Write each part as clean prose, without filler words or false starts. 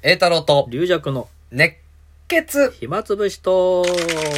栄太郎と龍弱の熱血。 暇つぶしとはい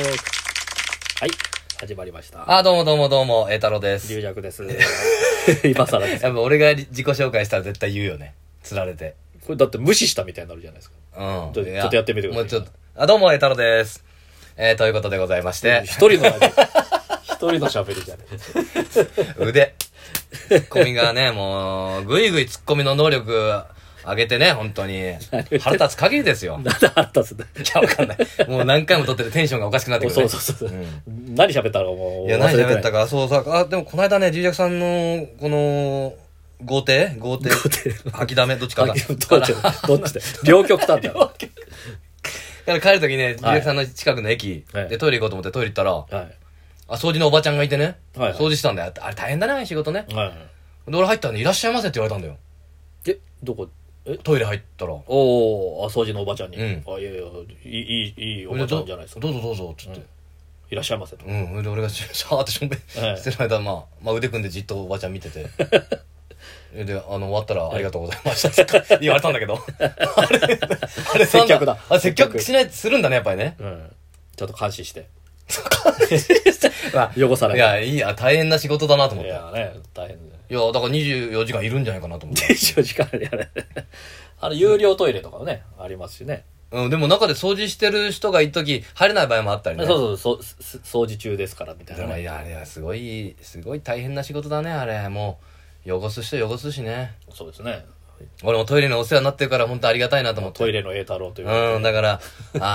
始まりました。 どうも、栄太郎です。 龍弱です。今更です。 やっぱ俺が自己紹介したら絶対言うよね。釣られて。 これだって無視したみたいになるじゃないですか。 うん。 ちょっとやってみてください。 もうちょっと。どうも、栄太郎です。ということでございまして。 一人の喋りじゃね腕。ツッコミがね、もう、ぐいぐいツッコミの能力上げてね、本当に。腹立つ限りですよ。 なんで腹立つんだ。 いや、わかんない。もう何回も撮っててテンションがおかしくなってくるね。 そう。何喋ったのもう。 いや、何喋ったか。そうさ、でもこの間ね、龍尺さんの、この、豪邸吐きだめどっちかな。 どっちだ両極端だ。 だから帰るときね、龍尺さんの近くの駅でトイレ行こうと思ってトイレ行ったら、掃除のおばちゃんがいてね、掃除したんだよ。あれ大変だね、仕事ね。で、俺入ったらね、いらっしゃいませって言われたんだよ。 どこトイレ入ったら。 掃除のおばちゃんに。いやいや、いいおばちゃんじゃないですか。 どうぞ、つって。 いらっしゃいませと。 で、俺がシャーってしょんべんしてる間、まあ腕組んでじっとおばちゃん見てて。で、終わったらありがとうございましたって言われたんだけど。あれ、 接客だ。 接客するんだね、やっぱりね。 ちょっと監視して。 まあ、 汚さない。 いや、大変な仕事だなと思って。 いやね、大変だよ。 いや、だから24時間いるんじゃないかなと思って。 24時間やね。有料トイレとかね、ありますしね。 でも中で掃除してる人がいるとき、入れない場合もあったりね。 そう、掃除中ですから、みたいな。 いや、すごい大変な仕事だね、あれ。もう、汚すしね。 そうですね。 俺もトイレのお世話になってるから本当ありがたいなと思って。 トイレの栄太郎という。 だから、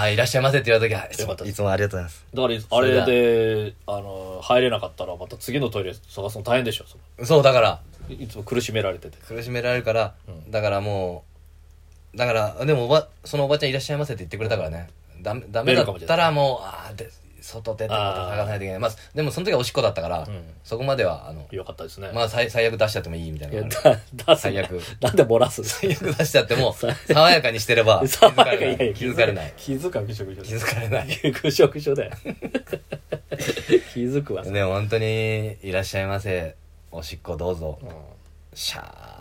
いらっしゃいませって言われた時は、いつもありがとうございます。 だから、あれで、入れなかったらまた次のトイレ探すの大変でしょ。 そう、だから。 いつも苦しめられてて。 苦しめられるから、だからもう、でもそのおばちゃんいらっしゃいませって言ってくれたからね。ダメだったらもう、外出てまた探さないといけない。まあ、でもその時はおしっこだったから、そこまでは、 よかったですね。 まあ、最悪出しちゃってもいいみたいな。 最悪。なんで漏らす最悪出しちゃっても、爽やかにしてれば、気づかれない。 気づかぐしょぐしょ。 気づかれない。 ぐしょぐしょだよ。気づくわ。 でも本当に、いらっしゃいませ。おしっこどうぞ。シャー。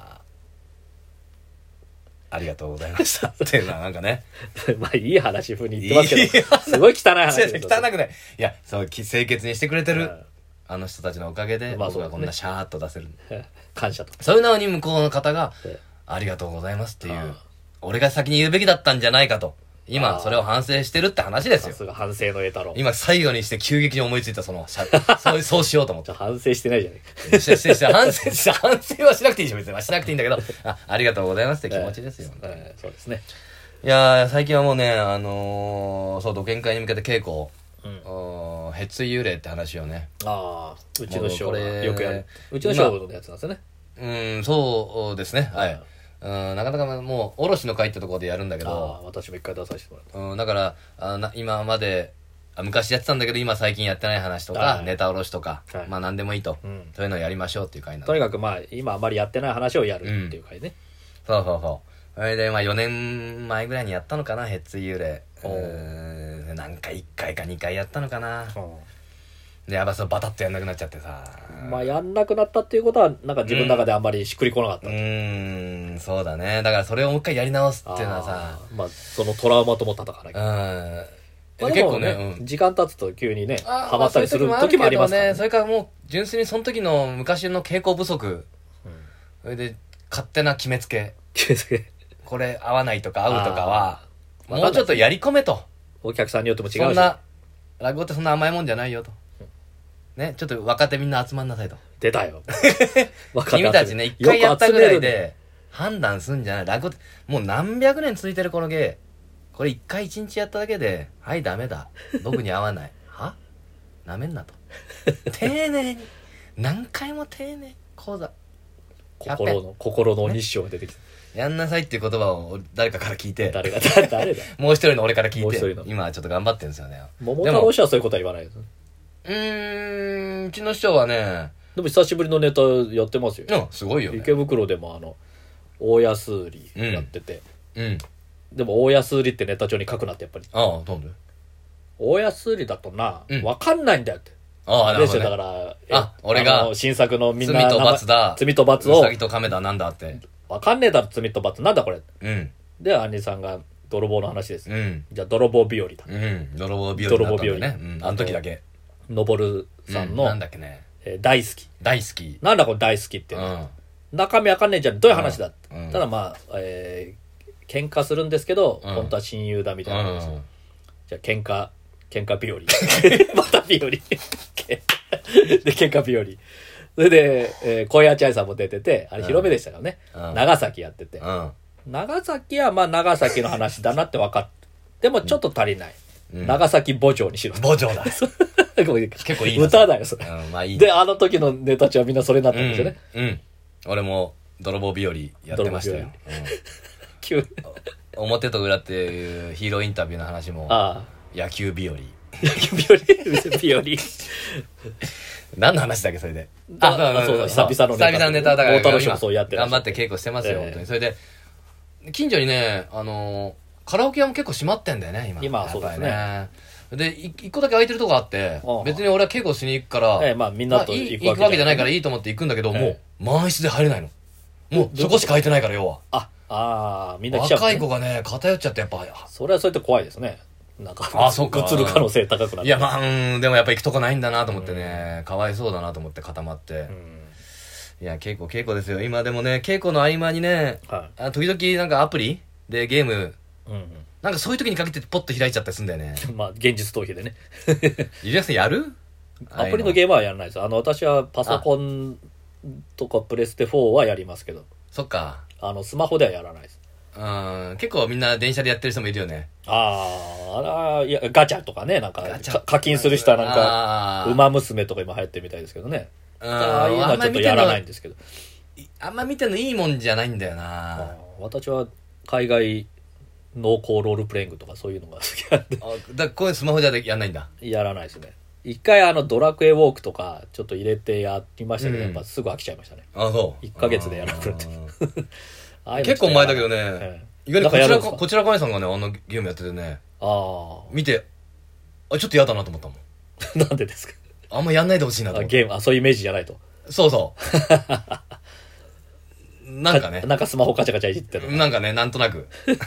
ありがとうございました。っていうのはなんかね。 まあいい話風に言ってますけど、すごい汚い話です。 汚くない。いや、そう、清潔にしてくれてる、あの人たちのおかげで、僕がこんなシャーっと出せる。 感謝と。 そういうのに向こうの方が、ありがとうございますっていう、俺が先に言うべきだったんじゃないかと。今、それを反省してるって話ですよ。 さすが反省の栄太郎。 今、最後にして急激に思いついた、そうしようと思って。 反省してないじゃない反省はしなくていいでしょ、別に。しなくていいんだけど、ありがとうございますって気持ちですよ。 そうですね。 いやー、最近はもうね、そう、土建会に向けて稽古、ヘッツ幽霊って話をね。 うちの師匠がよくやる。うちの師匠のやつなんですよね。 そうですね。はい。なかなかもう、おろしの会ってところでやるんだけど。 私も一回出させてもらった。 だから、今まで、昔やってたんだけど、今最近やってない話とか、ネタおろしとか、まあ何でもいいと。そういうのをやりましょうっていう会なんで。 とにかくまあ、今あまりやってない話をやるっていう会ね。 そう。それで、まあ4年前ぐらいにやったのかな、ヘッツ幽霊。なんか1回か2回やったのかな。で、やっぱバタッとやんなくなっちゃってさ。 まあ、やんなくなったっていうことは、なんか自分の中であんまりしっくりこなかった。 そうだね。だからそれをもう一回やり直すっていうのはさ。 まあ、そのトラウマとも戦わなきゃ。結構ね、時間経つと急にね、ハマったりする時もありますからね。 それからもう、純粋にその時の昔の傾向不足。それで、勝手な決めつけ。これ合わないとか合うとかは、もうちょっとやり込めと。 お客さんによっても違うし。 そんな、落語ってそんな甘いもんじゃないよと。ね、ちょっと若手みんな集まんなさいと。 出たよ。 君たちね、一回やったぐらいで判断すんじゃない。落語って、もう何百年続いてるこの芸。これ一回一日やっただけで、はい、ダメだ。僕に合わない。はなめんなと。丁寧に。何回も丁寧。講座。 心の日照が出てきた。 やんなさいっていう言葉を誰かから聞いて。 誰だもう一人の俺から聞いて。今ちょっと頑張ってるんですよね。 桃太郎氏はそういうことは言わないです。 うちの師匠はね。 でも久しぶりのネタやってますよ。 すごいよね。 池袋でも大安売りやってて。でも大安売りってネタ帳に書くなってやっぱり。 なんで大安売りだとな、わかんないんだよって。 なるほどね。 だから、 俺が、 新作のみんな、 罪と罰だ。 罪と罰を。 うさぎと亀だなんだって。 わかんねえだろ、罪と罰。なんだこれ。 でアンリさんが泥棒の話です、 うん、 じゃあ泥棒日和だ、 うん、泥棒日和だったんだね、うん、あの時だけのぼるさんの、 なんだっけね、 大好きなんだこれ大好きっていうの、中身わかんねえじゃんどういう話だ、ただまあ、喧嘩するんですけど、本当は親友だみたいな話、じゃあ喧嘩日和また日和で喧嘩日和それで、小谷千愛さんも出ててあれ広めでしたからね、長崎やってて、長崎はまあ長崎の話だなって分かってでもちょっと足りない、長崎墓場にしろ墓場だ結構いいな歌だよそれ、 まあいいであの時のネタたちはみんなそれになったんですよね、 俺も泥棒日和やってましたよ、 急表と裏っていうヒーローインタビューの話も野球日和日和何の話だっけそれでそう久々のネタだから大田のそうやって頑張って稽古してますよ、本当にそれで近所にねカラオケ屋も結構閉まってんだよね今そうですねで一個だけ空いてるとこあって別に俺は稽古しに行くから、 まあみんなと行くわけじゃないからいいと思って行くんだけど、もう満室で入れないのもうそこしか空いてないから要はみんな来ちゃう、 若い子がね偏っちゃってやっぱそれはそうやって怖いですねなんかそうか映る可能性高くなっていやまあでもやっぱ行くとこないんだなと思ってね、かわいそうだなと思って固まって、いや稽古ですよ今でもね稽古の合間にね、時々なんかアプリでゲーム、なんかそういう時に限ってポッと開いちゃったりするんだよねまあ現実逃避でねゆりやさんやるアプリのゲームはやらないです私はパソコンとかプレステ4はやりますけどそっかスマホではやらないです結構みんな電車でやってる人もいるよねいやガチャとかねなんか課金する人はなんかウマ娘とか今流行ってるみたいですけどねああいうのはちょっとやらないんですけどあんま見てんのいいもんじゃないんだよな私は海外濃厚ロールプレイングとかそういうのが好きなんでだこういうスマホじゃやんないんだやらないですね一回ドラクエウォークとかちょっと入れてやりましたけど、やっぱすぐ飽きちゃいましたねそう 1ヶ月でやらなくなって結構前だけどね、意外にこちらかねさんがねあんなゲームやっててね見てちょっと嫌だなと思ったもんなんでですかあんまやんないでほしいなと思ってゲームそういうイメージじゃないとそうなんかねなんかスマホカチャカチャいじってるなんかねなんとなく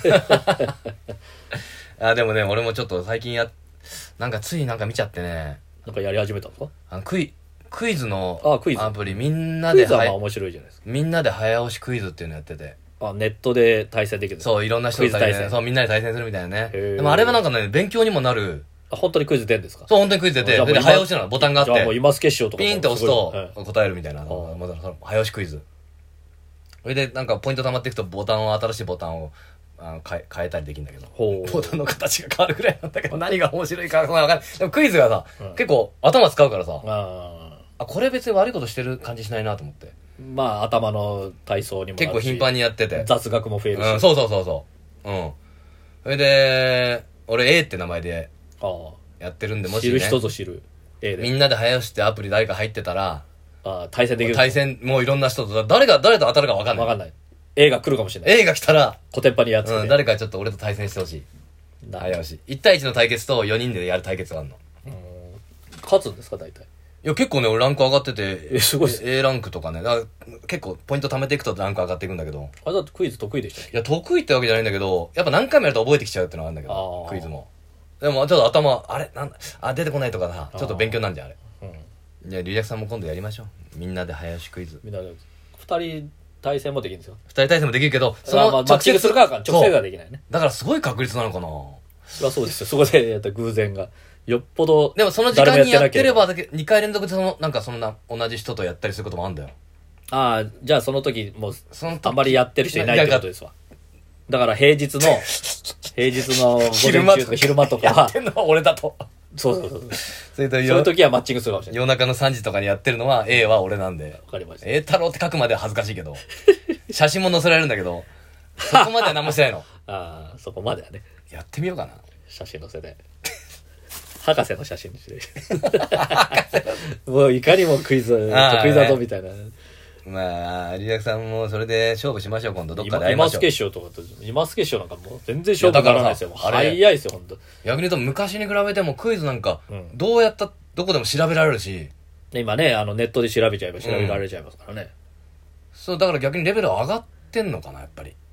でもね俺もちょっと最近なんかついなんか見ちゃってねなんかやり始めたんですかクイズのアプリみんなでクイズは面白いじゃないですかみんなで早押しクイズっていうのやっててネットで対戦できるそういろんな人と対戦そうみんなで対戦するみたいなねでもあれはなんかね勉強にもなる本当にクイズ出るんですかそう本当にクイズ出てで早押しなのボタンがあってもう今す決勝とかピーンって押すと答えるみたいな早押しクイズそれでなんかポイント溜まっていくと新しいボタンを変えたりできるんだけどボタンの形が変わるぐらいなんだけど何が面白いか分かんないでもクイズがさ結構頭使うからさこれ別に悪いことしてる感じしないなと思ってまあ頭の体操にも結構頻繁にやってて雑学も増えるしそうそれで俺 A って名前でやってるんでもしね知る人ぞ知る A でみんなで早押しってアプリ誰か入ってたら対戦できる対戦もういろんな人と誰と当たるか分かんない A が来るかもしれない A が来たらコテンパにやっつけて誰かちょっと俺と対戦してほしい早押し1対1の対決と4人でやる対決があるの勝つんですか大体いや結構ね俺ランク上がっててすごいっす A ランクとかね結構ポイント貯めていくとランク上がっていくんだけどだってクイズ得意でしたっけいや得意ってわけじゃないんだけどやっぱ何回もやると覚えてきちゃうってのがあるんだけどクイズもでもちょっと頭出てこないとかさちょっと勉強なんじゃんあれじゃあリリアクさんも今度やりましょうみんなで早押しクイズみんなで2人対戦もできるんですよ 2人対戦もできるけどそのマッチングするか直接はできないねだからすごい確率なのかなそりゃそうですよそこでやった偶然がよっぽどでもその時間にやってれば2回連続で同じ人とやったりすることもあるんだよじゃあその時もうあんまりやってる人いないってことですわだから平日の午前中とか昼間とかはやってんのは俺だとそうそういう時はマッチングするかもしれない夜中の3時とかにやってるのは A は俺なんでわかりました A 太郎って書くまでは恥ずかしいけど写真も載せられるんだけどそこまでは何もしてないのそこまではねやってみようかな写真載せて博士の写真にしてもういかにもクイズ得意だぞみたいなまあリラクさんもそれで勝負しましょう今度どっかで会いましょう今ス決勝とか今ス決勝なんかもう全然勝負にならないですよ早いですよ本当逆に言うと昔に比べてもクイズなんかどうやったどこでも調べられるし今ねネットで調べられちゃいますからねそうだから逆にレベル上がってんのかなやっぱり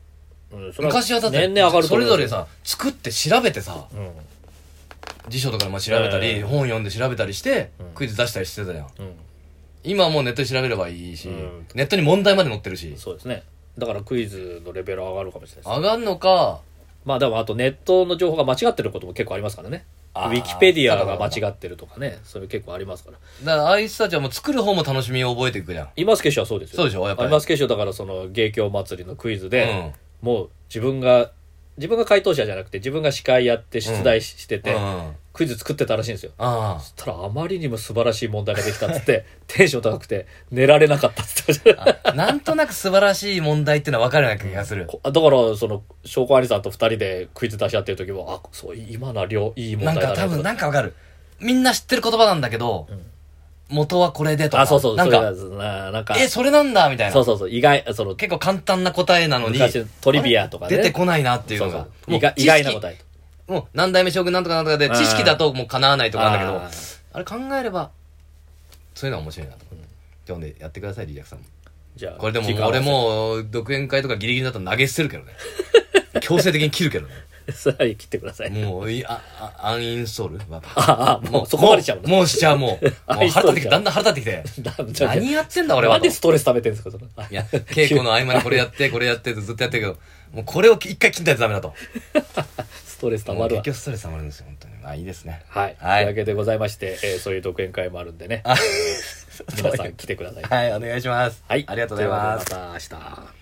昔はだって年々上がるとそ思いますれぞれさ作って調べてさ、辞書とかでも調べたり、本読んで調べたりして、クイズ出したりしてたじゃん、今はもうネットで調べればいいし、ネットに問題まで載ってるし。 そうですね。だからクイズのレベル上がるかもしれないです、ね、 上がるのか。 まあでもあとネットの情報が間違ってることも結構ありますからね。ウィキペディアが間違ってるとかね、それ結構ありますから。 だからああいう人たちはもう作る方も楽しみを覚えていくじゃん。 今助手はそうですよ。 そうでしょやっぱり。 今助手だからその芸協祭りのクイズで、もう自分が回答者じゃなくて自分が司会やって出題してて、クイズ作ってたらしいんですよ。そしたらあまりにも素晴らしい問題ができたっつってテンション高くて寝られなかったっつってなんとなく素晴らしい問題っていうのは分かるような気がする。 だからその証拠兄さんと2人でクイズ出し合ってる時もそう今のはいい問題だね。 なんか多分なんか分かる。みんな知ってる言葉なんだけど、元はこれでとか。 そうなんかそれなんだみたいな。 そう意外結構簡単な答えなのに昔トリビアとかね出てこないなっていうのが意外な答え。 もう何代目将軍なんとかなんとかで知識だともう叶わないとかなんだけど、あれ考えればそういうのは面白いなと。今日でやってくださいリージャクさんも。じゃあこれでも俺もう独演会とかギリギリだと投げ捨てるけどね。強制的に切るけどね。 それは切ってください。 もうアンインストールもうそこまでしちゃうの。 もうしちゃう。もう腹立ってきて、だんだん腹立ってきて。何やってんだ俺は。 なんでストレス溜めてんですかそれ。 いや稽古の合間にこれやってこれやってずっとやってるけど、もうこれを一回切ったやつダメだと。 ストレス溜まるわ。 結局ストレス溜まるんですよ本当に。いいですね。 はい。というわけでございまして、そういう独演会もあるんでね。皆さん来てください。 はいお願いします。 はいありがとうございます。 また明日。